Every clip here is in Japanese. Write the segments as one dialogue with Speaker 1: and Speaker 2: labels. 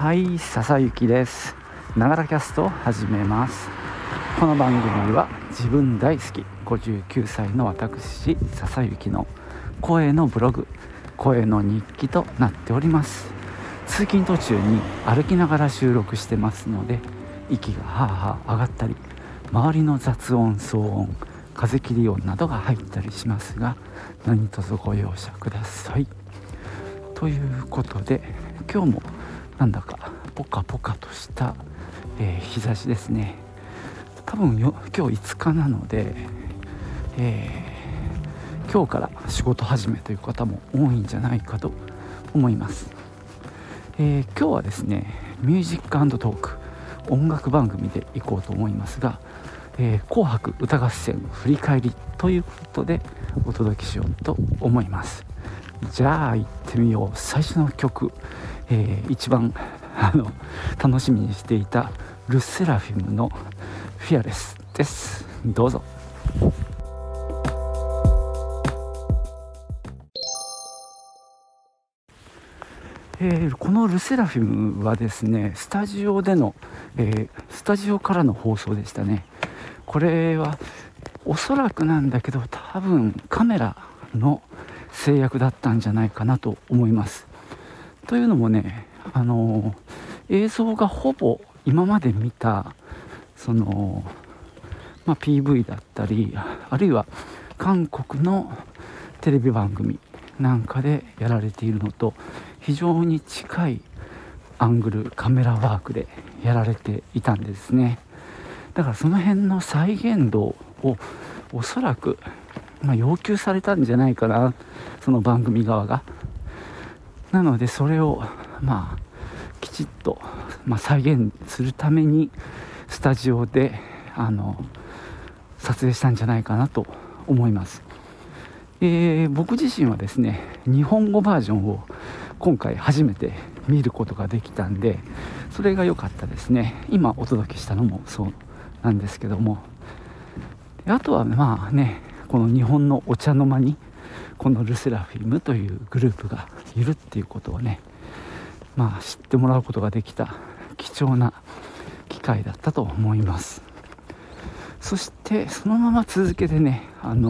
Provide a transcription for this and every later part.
Speaker 1: はい、笹雪です。ながらキャストを始めます。この番組は自分大好き59歳の私笹雪の声のブログ、声の日記となっております。通勤途中に歩きながら収録してますので、息がはあはあ上がったり、周りの雑音、騒音、風切り音などが入ったりしますが、何卒ご容赦ください。ということで、今日もなんだかポカポカとした、日差しですね。多分今日5日なので、今日から仕事始めという方も多いんじゃないかと思います。今日はですね、ミュージック&トーク、音楽番組でいこうと思いますが、紅白歌合戦振り返りということでお届けしようと思います。じゃあ行ってみよう。最初の曲、一番楽しみにしていたルセラフィムのフィアレスです。どうぞ。このルセラフィムはですね、スタジオからの放送でしたね。これはおそらくなんだけど、多分カメラの制約だったんじゃないかなと思います。というのもね、映像がほぼ今まで見たPV だったり、あるいは韓国のテレビ番組なんかでやられているのと非常に近いアングル、カメラワークでやられていたんですね。だからその辺の再現度をおそらく、要求されたんじゃないかな、その番組側が。なのでそれをきちっと、再現するためにスタジオで撮影したんじゃないかなと思います。僕自身はですね、日本語バージョンを今回初めて見ることができたんで、それが良かったですね。今お届けしたのもそうなんですけども、あとはこの日本のお茶の間にこのルセラフィムというグループがいるっていうことをね、知ってもらうことができた貴重な機会だったと思います。そしてそのまま続けてね、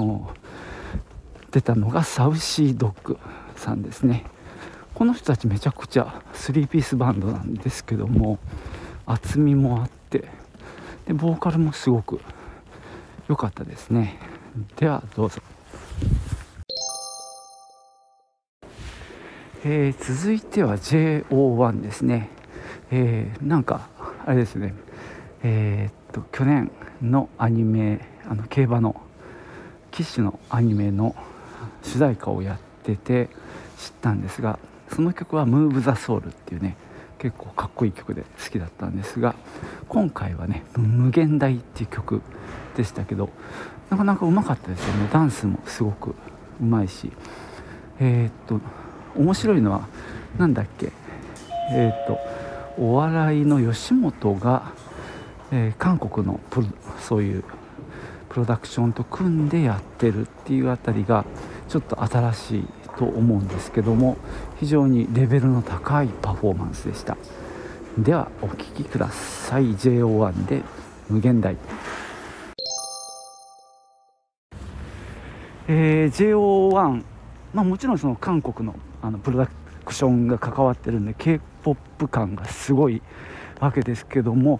Speaker 1: 出たのがサウシードッグさんですね。この人たちめちゃくちゃ3ピースバンドなんですけども、厚みもあって、でボーカルもすごく良かったですね。ではどうぞ。続いては JO1 ですね。あれですね、去年のアニメ、競馬の騎手のアニメの主題歌をやってて知ったんですが、その曲は Move the Soul っていうね、結構かっこいい曲で好きだったんですが、今回はね無限大っていう曲でしたけど、なかなかうまかったですよね。ダンスもすごくうまいし、面白いのはお笑いの吉本が、韓国のそういうプロダクションと組んでやってるっていうあたりがちょっと新しいと思うんですけども、非常にレベルの高いパフォーマンスでした。ではお聴きください。 JO1 で無限大。JO1、もちろんその韓国のプロダクションが関わってるんで K-POP 感がすごいわけですけども、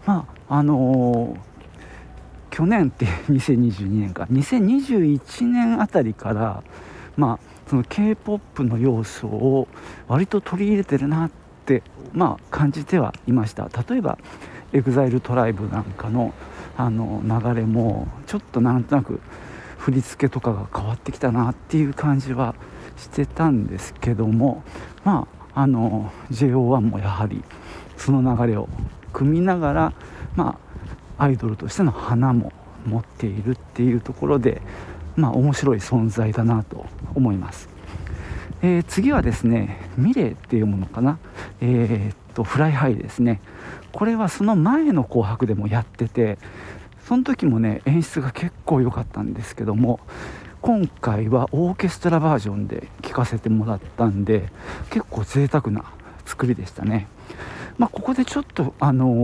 Speaker 1: 去年って2022年か2021年あたりから、その K-POP の要素を割と取り入れてるなって、感じてはいました。例えば EXILE トライブなんかの流れもちょっとなんとなく振り付けとかが変わってきたなっていう感じはしてたんですけども、JO1 もやはりその流れを組みながら、アイドルとしての花も持っているっていうところで、面白い存在だなと思います。次はですね、ミレーっていうものかな、フライハイですね。これはその前の紅白でもやってて、その時もね演出が結構良かったんですけども、今回はオーケストラバージョンで聴かせてもらったんで、結構贅沢な作りでしたね。 ここでちょっと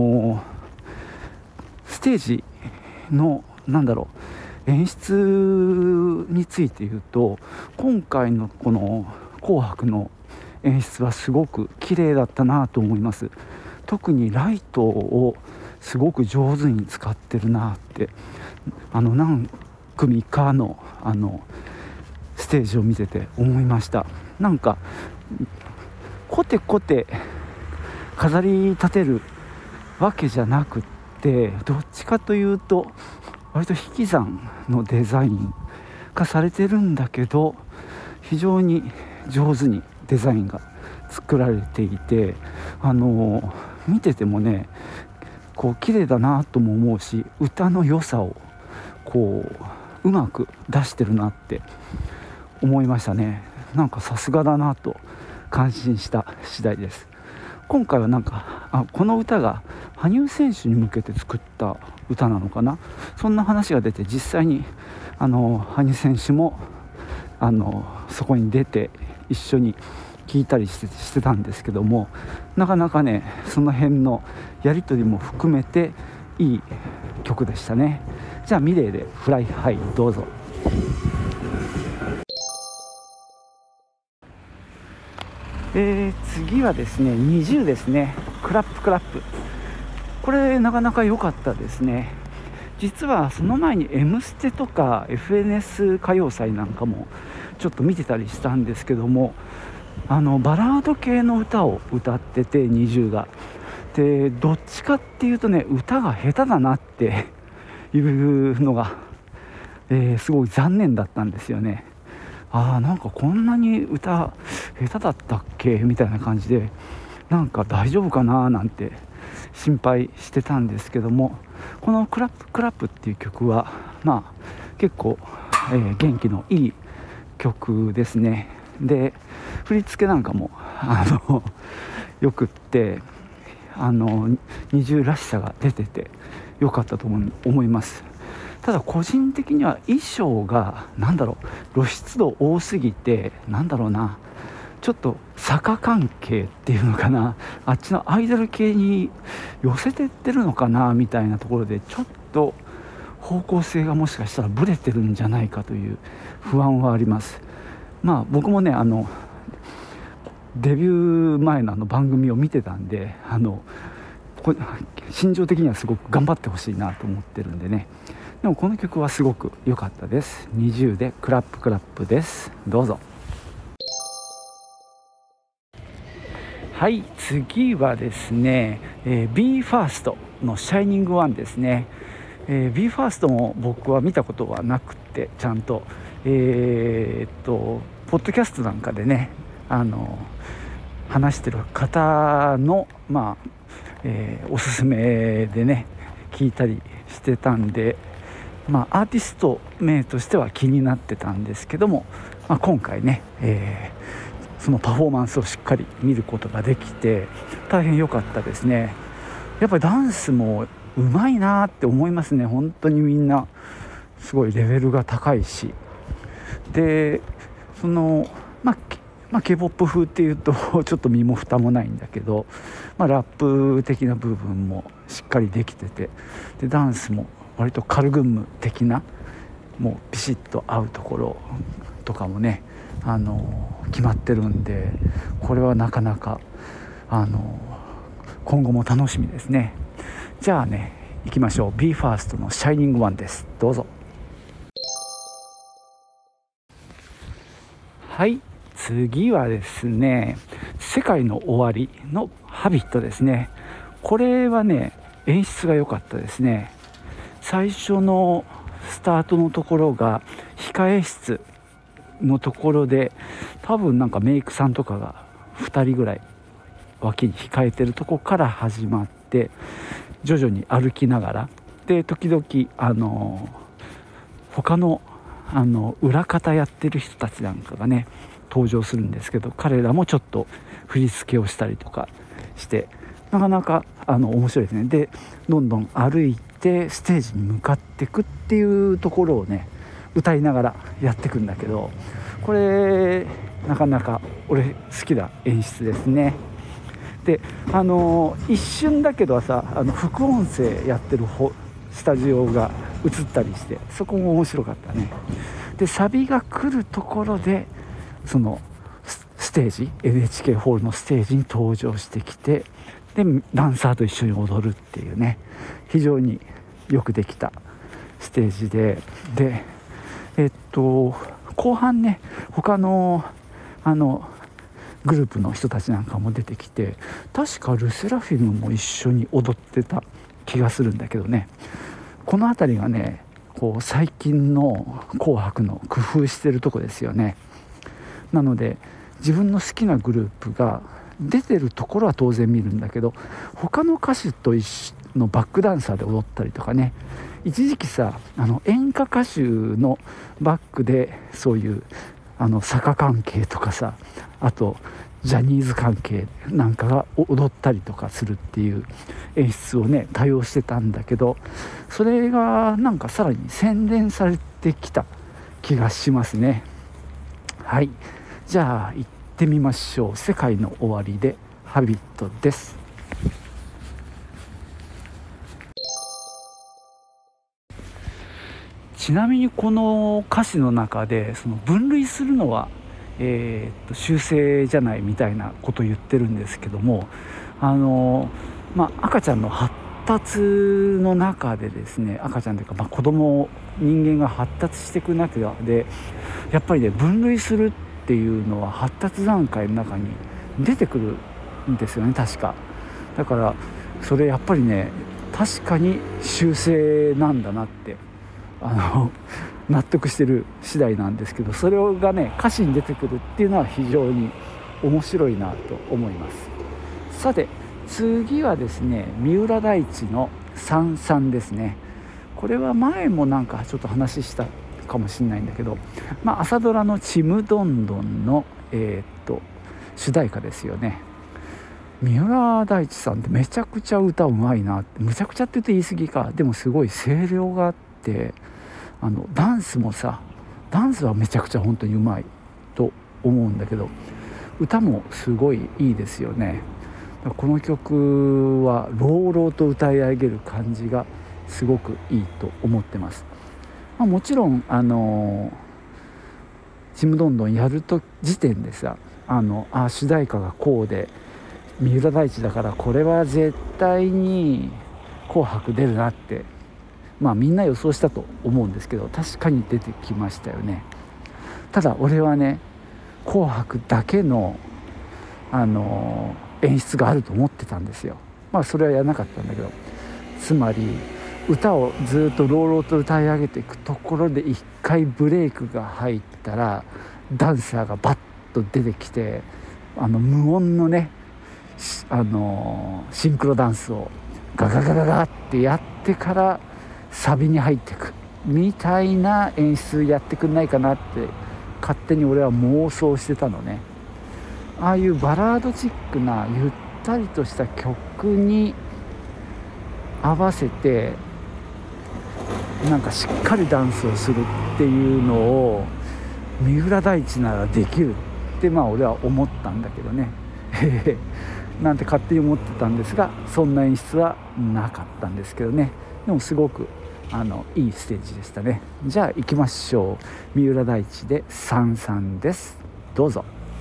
Speaker 1: ステージの演出について言うと、今回のこの紅白の演出はすごく綺麗だったなと思います。特にライトをすごく上手に使ってるなって、何組かのステージを見てて思いました。なんかコテコテ飾り立てるわけじゃなくって、どっちかというと割と引き算のデザイン化されてるんだけど、非常に上手にデザインが作られていて、見ててもねこう綺麗だなとも思うし、歌の良さをこううまく出してるなって思いましたね。なんかさすがだなと感心した次第です。今回はこの歌が羽生選手に向けて作った歌なのかな、そんな話が出て、実際に羽生選手もそこに出て一緒に聴いたりしてたんですけども、なかなかねその辺のやり取りも含めていい曲でしたね。じゃあミレーでフライハイどうぞ。次はですね20ですね、クラップクラップ。これなかなか良かったですね。実はその前に M ステとか FNS 歌謡祭なんかもちょっと見てたりしたんですけども、バラード系の歌を歌ってて20がで、どっちかっていうとね歌が下手だなっていうのが、すごい残念だったんですよね。なんかこんなに歌下手だったっけみたいな感じで、なんか大丈夫かななんて心配してたんですけども、このクラップクラップっていう曲は結構、元気のいい曲ですね。で振り付けなんかもよくって20らしさが出ててよかったと思います。ただ個人的には衣装が露出度多すぎて、ちょっと坂関係っていうのかな、あっちのアイドル系に寄せてってるのかなみたいなところで、ちょっと方向性がもしかしたらブレてるんじゃないかという不安はあります。僕もねデビュー前の番組を見てたんで、心情的にはすごく頑張ってほしいなと思ってるんでね。でもこの曲はすごく良かったです。20でクラップクラップです。どうぞ。はい、次はですね、BE:FIRST のシャイニングワンですね。BE:FIRST も僕は見たことはなくて、ちゃんとポッドキャストなんかでね話してる方のおすすめでね聞いたりしてたんで、アーティスト名としては気になってたんですけども、今回ね、そのパフォーマンスをしっかり見ることができて大変良かったですね。やっぱりダンスもうまいなって思いますね。本当にみんなすごいレベルが高いし、でそのK-POP 風っていうとちょっと身も蓋もないんだけど、ラップ的な部分もしっかりできてて、でダンスも割とカルグンム的なもうビシッと合うところとかもね決まってるんで、これはなかなか今後も楽しみですね。じゃあね行きましょう。 BE:FIRST のシャイニングワンです。どうぞ。はい、次はですね世界の終わりのハビットですね。これはね演出が良かったですね。最初のスタートのところが控え室のところで、多分メイクさんとかが2人ぐらい脇に控えてるとこから始まって、徐々に歩きながらで時々他の裏方やってる人たちなんかがね登場するんですけど、彼らもちょっと振り付けをしたりとかしてなかなか面白いですね。でどんどん歩いてステージに向かっていくっていうところをね歌いながらやっていくんだけど、これなかなか俺好きな演出ですね。 で一瞬だけどさ副音声やってるスタジオが映ったりして、そこも面白かったね。でサビが来るところでそのステージ NHK ホールのステージに登場してきて、でダンサーと一緒に踊るっていうね、非常によくできたステージで、後半ね他のグループの人たちなんかも出てきて、確かルセラフィムも一緒に踊ってた気がするんだけどね。この辺りがねこう最近の紅白の工夫してるとこですよね。なので自分の好きなグループが出てるところは当然見るんだけど、他の歌手と一緒のバックダンサーで踊ったりとかね、一時期さ演歌歌手のバックでそういう坂関係とかさ、あとジャニーズ関係なんかが踊ったりとかするっていう演出をね多用してたんだけど、それがなんかさらに洗練されてきた気がしますね。はい、じゃあ行ってみましょう。世界の終わりでハビットです。ちなみにこの歌詞の中でその分類するのは、修正じゃないみたいなことを言ってるんですけども、赤ちゃんの発達の中でですね、赤ちゃんというか、子供人間が発達していく中でやっぱりね分類するっていうのは発達段階の中に出てくるんですよね、確か。だからそれやっぱりね確かに修正なんだなって納得してる次第なんですけど、それがね歌詞に出てくるっていうのは非常に面白いなと思います。さて次はですね、三浦大知のさんさんですね。これは前もなんかちょっと話したかもしれないんだけど、朝ドラのちむどんどんの主題歌ですよね。三浦大知さんってめちゃくちゃ歌うまいなって、むちゃくちゃって言うと言い過ぎか、でもすごい声量があって、ダンスもさ、ダンスはめちゃくちゃ本当にうまいと思うんだけど、歌もすごいいいですよね。この曲は朗々と歌い上げる感じがすごくいいと思ってます。もちろんちむどんどんやると時点でさ、主題歌がこうで三浦大知だからこれは絶対に紅白出るなってみんな予想したと思うんですけど、確かに出てきましたよね。ただ俺はね紅白だけの演出があると思ってたんですよ。それはやらなかったんだけど、つまり歌をずっと朗々と歌い上げていくところで一回ブレイクが入ったらダンサーがバッと出てきて無音のねシンクロダンスをガガガガガってやってからサビに入っていくみたいな演出やってくんないかなって勝手に俺は妄想してたのね。ああいうバラードチックなゆったりとした曲に合わせてなんかしっかりダンスをするっていうのを三浦大知ならできるって俺は思ったんだけどねなんて勝手に思ってたんですが、そんな演出はなかったんですけどね。でもすごくいいステージでしたね。じゃあ行きましょう。三浦大知でさんさんです。どうぞ。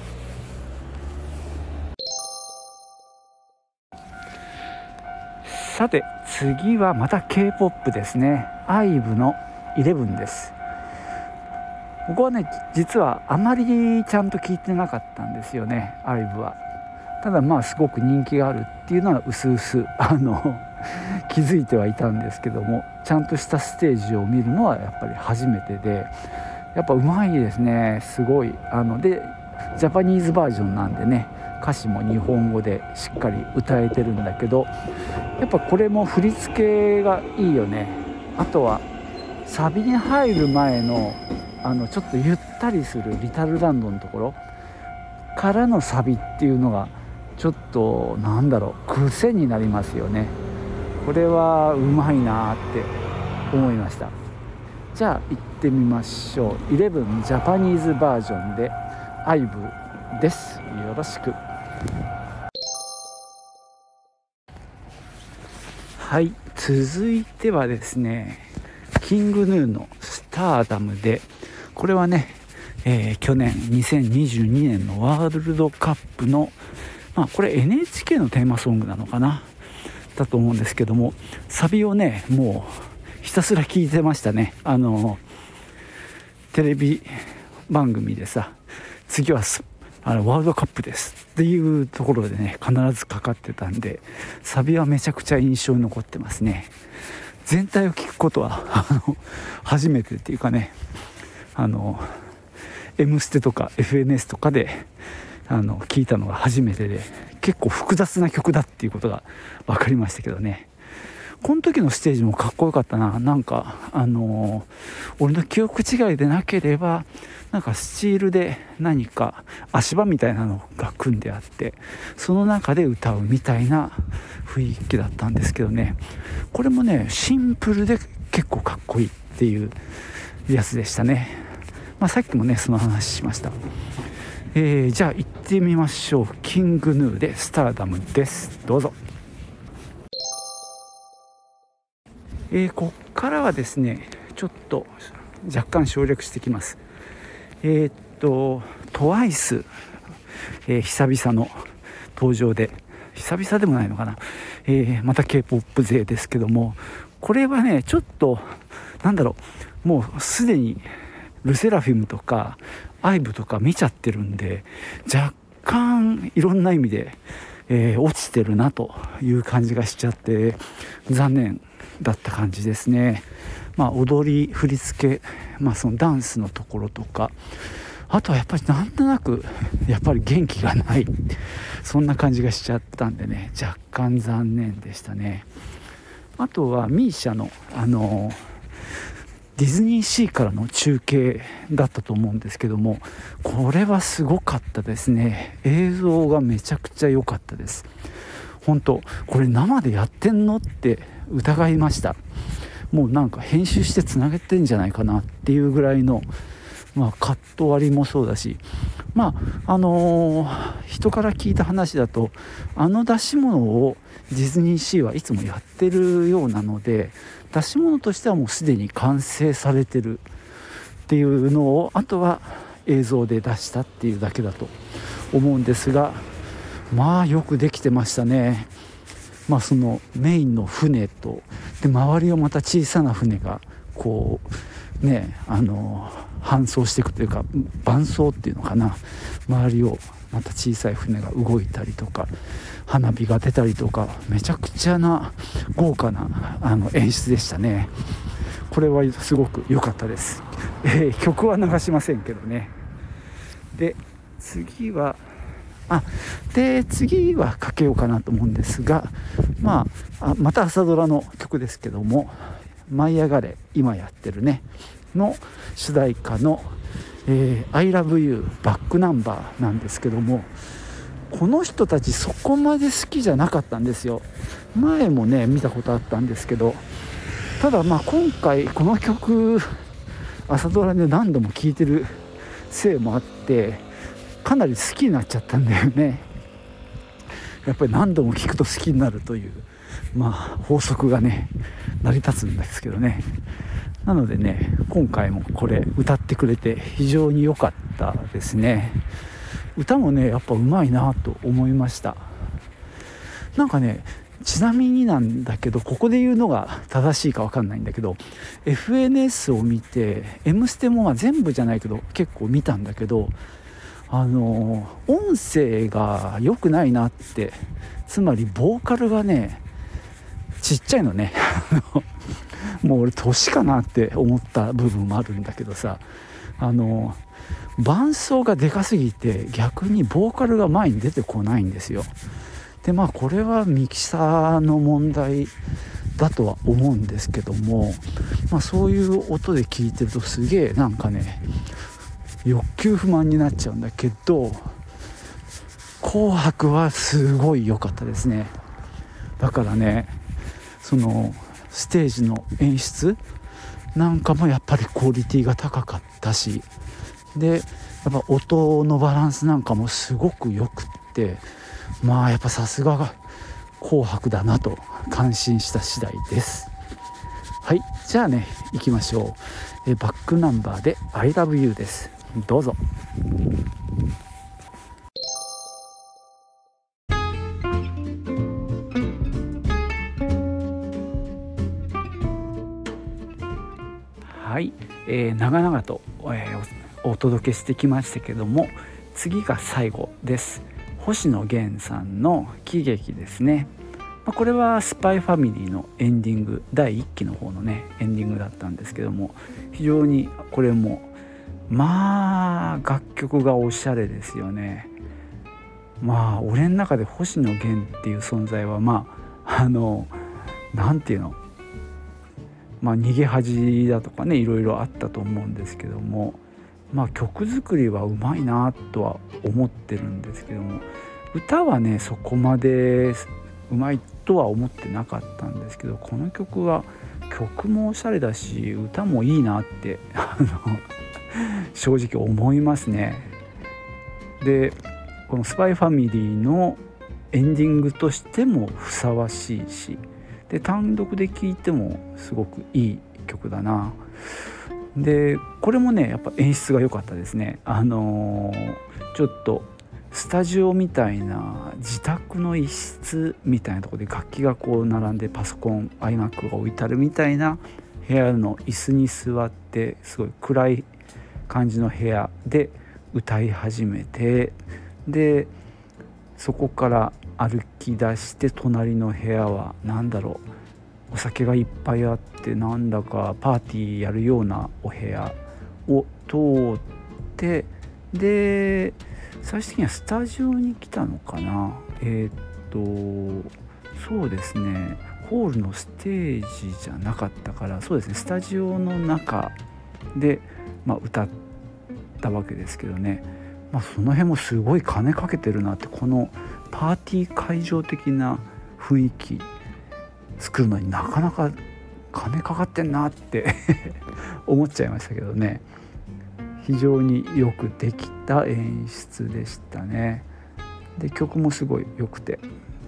Speaker 1: さて次はまた K-POP ですね。IVEの11です。僕はね実はあまりちゃんと聞いてなかったんですよね、IVEは。ただすごく人気があるっていうのはうすうす気づいてはいたんですけども、ちゃんとしたステージを見るのはやっぱり初めてで、やっぱうまいですね。すごいでジャパニーズバージョンなんでね、歌詞も日本語でしっかり歌えてるんだけど、やっぱこれも振り付けがいいよね。あとはサビに入る前のちょっとゆったりするリタルランドのところからのサビっていうのがちょっと癖になりますよね。これはうまいなって思いました。じゃあ行ってみましょう。11ジャパニーズバージョンで IVEです。よろしく。 はい、続いてはですね、キングヌーのスターダムで、これはね、去年2022年のワールドカップの、これ NHK のテーマソングなのかなだと思うんですけども、サビをねもうひたすら聴いてましたね。テレビ番組でさ、次はワールドカップですっていうところでね必ずかかってたんで、サビはめちゃくちゃ印象に残ってますね。全体を聞くことは初めてっていうかね、M ステとか FNS とかで聞いたのが初めてで、結構複雑な曲だっていうことが分かりましたけどね。この時のステージもかっこよかったな。なんか俺の記憶違いでなければ、なんかスチールで何か足場みたいなのが組んであって、その中で歌うみたいな雰囲気だったんですけどね。これもねシンプルで結構かっこいいっていうやつでしたね。さっきもねその話しました。じゃあ行ってみましょう。キングヌーでスターダムです。どうぞ。こっからはですねちょっと若干省略してきます。TWICE、久々の登場で、久々でもないのかな、また K-POP 勢ですけども、これはねちょっともうすでにルセラフィムとかIVEとか見ちゃってるんで、若干いろんな意味で、落ちてるなという感じがしちゃって残念だった感じですね。踊り振り付け、そのダンスのところとか、あとはやっぱりなんとなくやっぱり元気がない、そんな感じがしちゃったんでね、若干残念でしたね。あとはミーシャのディズニーシーからの中継だったと思うんですけども、これはすごかったですね。映像がめちゃくちゃ良かったです。本当これ生でやってんのって疑いました。もうなんか編集してつなげてんじゃないかなっていうぐらいの、カット割りもそうだし、人から聞いた話だと出し物をディズニーシーはいつもやってるようなので、出し物としてはもうすでに完成されてるっていうのをあとは映像で出したっていうだけだと思うんですが、よくできてましたね。そのメインの船とで周りをまた小さな船がこうね搬送していくというか、伴走っていうのかな、周りをまた小さい船が動いたりとか花火が出たりとか、めちゃくちゃな豪華な演出でしたね。これはすごく良かったです。曲は流しませんけどね。で次はかけようかなと思うんですが、また朝ドラの曲ですけども、舞い上がれ今やってるねの主題歌の、I love you バックナンバーなんですけども、この人たちそこまで好きじゃなかったんですよ。前もね見たことあったんですけど、ただ今回この曲朝ドラで何度も聴いてるせいもあってかなり好きになっちゃったんだよね。やっぱり何度も聴くと好きになるという法則がね成り立つんですけどね。なのでね今回もこれ歌ってくれて非常に良かったですね。歌もねやっぱ上手いなと思いました。なんかねちなみになんだけど、ここで言うのが正しいか分かんないんだけど、 FNS を見て M ステも全部じゃないけど結構見たんだけど、音声が良くないなって、つまりボーカルがねちっちゃいのねもう俺年かなって思った部分もあるんだけどさ、伴奏がでかすぎて逆にボーカルが前に出てこないんですよ。でこれはミキサーの問題だとは思うんですけども、そういう音で聞いてるとすげえなんかね欲求不満になっちゃうんだけど、紅白はすごい良かったですね。だからねそのステージの演出なんかもやっぱりクオリティが高かったし、でやっぱ音のバランスなんかもすごく良くって、やっぱさすがが紅白だなと感心した次第です。はい、じゃあね行きましょう。バックナンバーで I love you です。どうぞ。はい、長々と、お届けしてきましたけども、次が最後です。星野源さんの喜劇ですね。これはスパイファミリーのエンディング、第1期の方のねエンディングだったんですけども、非常にこれも楽曲がおしゃれですよね。俺の中で星野源っていう存在はなんていうの、逃げ恥だとかねいろいろあったと思うんですけども、曲作りはうまいなとは思ってるんですけども、歌はねそこまでうまいとは思ってなかったんですけど、この曲は曲もおしゃれだし歌もいいなって正直思いますね。でこのスパイファミリーのエンディングとしてもふさわしいし、で単独で聴いてもすごくいい曲だな。でこれもねやっぱ演出が良かったですね。ちょっとスタジオみたいな自宅の一室みたいなところで楽器がこう並んでパソコン iMac が置いてあるみたいな部屋の椅子に座って、すごい暗い感じの部屋で歌い始めて、でそこから歩き出して隣の部屋はお酒がいっぱいあって、なんだかパーティーやるようなお部屋を通って、で最終的にはスタジオに来たのかな。そうですね、ホールのステージじゃなかったから、そうですねスタジオの中で、歌ったわけですけどね。その辺もすごい金かけてるなって、このパーティー会場的な雰囲気作るのになかなか金かかってんなって思っちゃいましたけどね。非常によくできた演出でしたね。で曲もすごい良くて、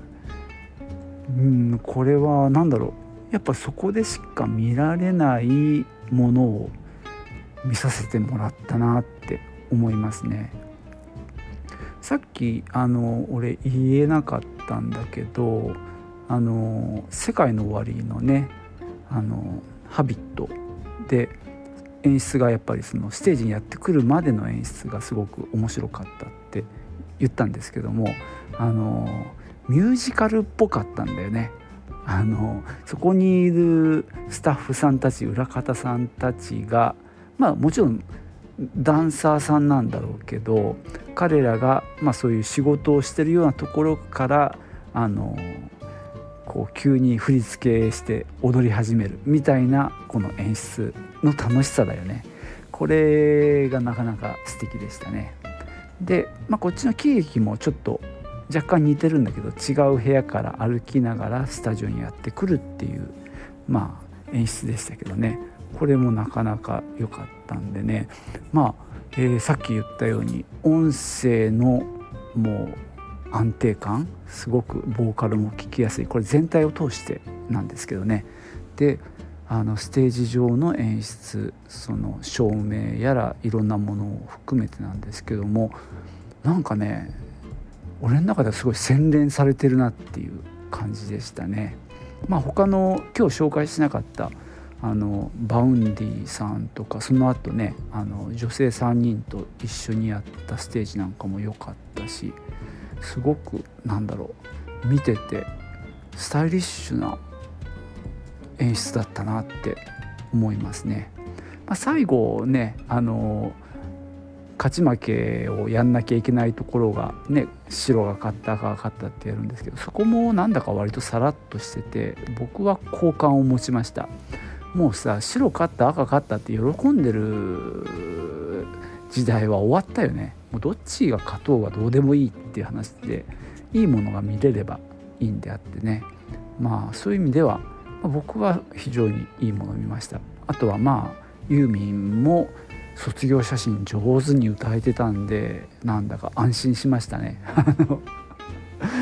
Speaker 1: これはやっぱそこでしか見られないものを見させてもらったなって思いますね。さっき俺言えなかったんだけど、世界の終わりのねハビットで演出がやっぱりそのステージにやってくるまでの演出がすごく面白かったって言ったんですけども、ミュージカルっぽかったんだよね。そこにいるスタッフさんたち、裏方さんたちがもちろんダンサーさんなんだろうけど、彼らがそういう仕事をしてるようなところからこう急に振り付けして踊り始めるみたいなこの演出の楽しさだよね。これがなかなか素敵でしたね。で、こっちの喜劇もちょっと若干似てるんだけど、違う部屋から歩きながらスタジオにやってくるっていう演出でしたけどね。これもなかなか良かったんでね、さっき言ったように音声のもう安定感、すごくボーカルも聴きやすい、これ全体を通してなんですけどね。でステージ上の演出、その照明やらいろんなものを含めてなんですけども、俺の中ではすごい洗練されてるなっていう感じでしたね。他の今日紹介しなかったバウンディさんとか、その後ね女性3人と一緒にやったステージなんかも良かったし、すごく見ててスタイリッシュな演出だったなって思いますね。最後ね勝ち負けをやんなきゃいけないところがね、白が勝った赤が勝ったってやるんですけど、そこも割とさらっとしてて、僕は好感を持ちました。もうさ、白勝った赤勝ったって喜んでる時代は終わったよね。もうどっちが勝とうがどうでもいいっていう話で、いいものが見れればいいんであってね。そういう意味では、僕は非常にいいものを見ました。あとはユーミンも卒業写真上手に歌えてたんで、なんだか安心しましたね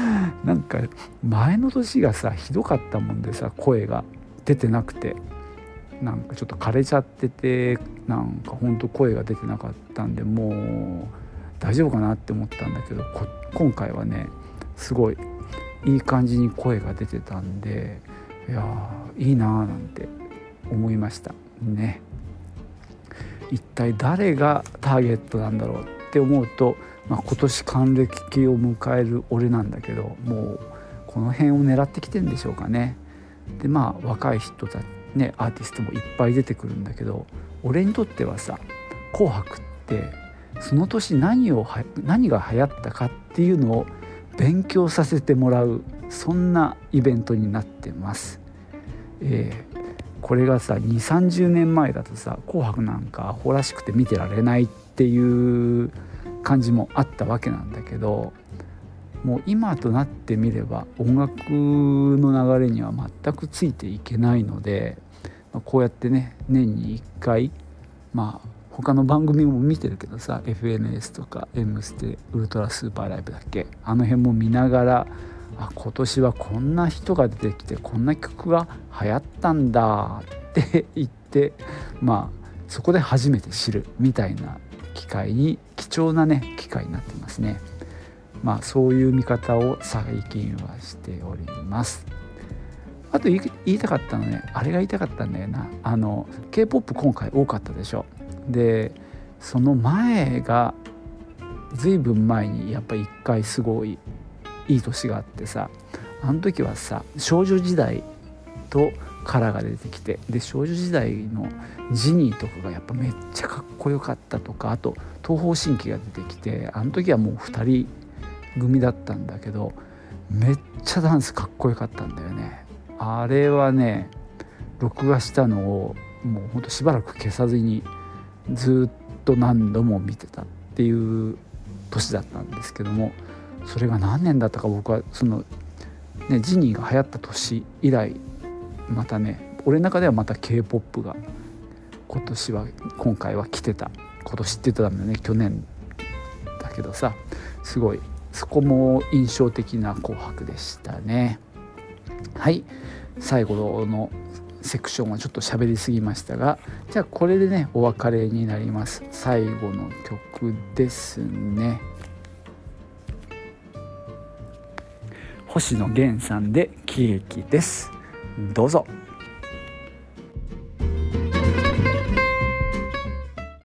Speaker 1: なんか前の年がさひどかったもんでさ、声が出てなくて、なんかちょっと枯れちゃってて、なんかほんと声が出てなかったんで、もう大丈夫かなって思ったんだけど、今回はねすごいいい感じに声が出てたんで、いやいいなーなんて思いましたね。一体誰がターゲットなんだろうって思うと、今年還暦を迎える俺なんだけど、もうこの辺を狙ってきてんでしょうかね。で若い人たちね、アーティストもいっぱい出てくるんだけど、俺にとってはさ、紅白ってその年何が流行ったかっていうのを勉強させてもらう、そんなイベントになってます。これがさ 2,30 年前だとさ、紅白なんかアホらしくて見てられないっていう感じもあったわけなんだけど、もう今となってみれば音楽の流れには全くついていけないので、こうやってね年に1回他の番組も見てるけどさ、 FNS とか M ステウルトラスーパーライブだっけ、あの辺も見ながら、今年はこんな人が出てきてこんな曲が流行ったんだって言って、そこで初めて知るみたいな貴重なね機会になってますね。そういう見方を最近はしております。あと言いたかったのね、あれが言いたかったんだよな。K-POP 今回多かったでしょ。でその前がずいぶん前にやっぱり一回すごいいい年があってさ、あの時はさ少女時代とカラーが出てきて、で少女時代のジニーとかがやっぱめっちゃかっこよかったとか、あと東方神起が出てきて、あの時はもう2人組だったんだけど、めっちゃダンスかっこよかったんだよね。あれはね録画したのをもうほんとしばらく消さずにずっと何度も見てたっていう年だったんですけども、それが何年だったか、僕はそのねジニーが流行った年以来、またね俺の中ではまた K-POP が今回は来てた。今年って言ったんだね、去年だけどさ、すごいそこも印象的な紅白でしたね。はい、最後のセクションはちょっと喋りすぎましたが、じゃあこれでねお別れになります。最後の曲ですね。星野源さんで喜劇です。どうぞ。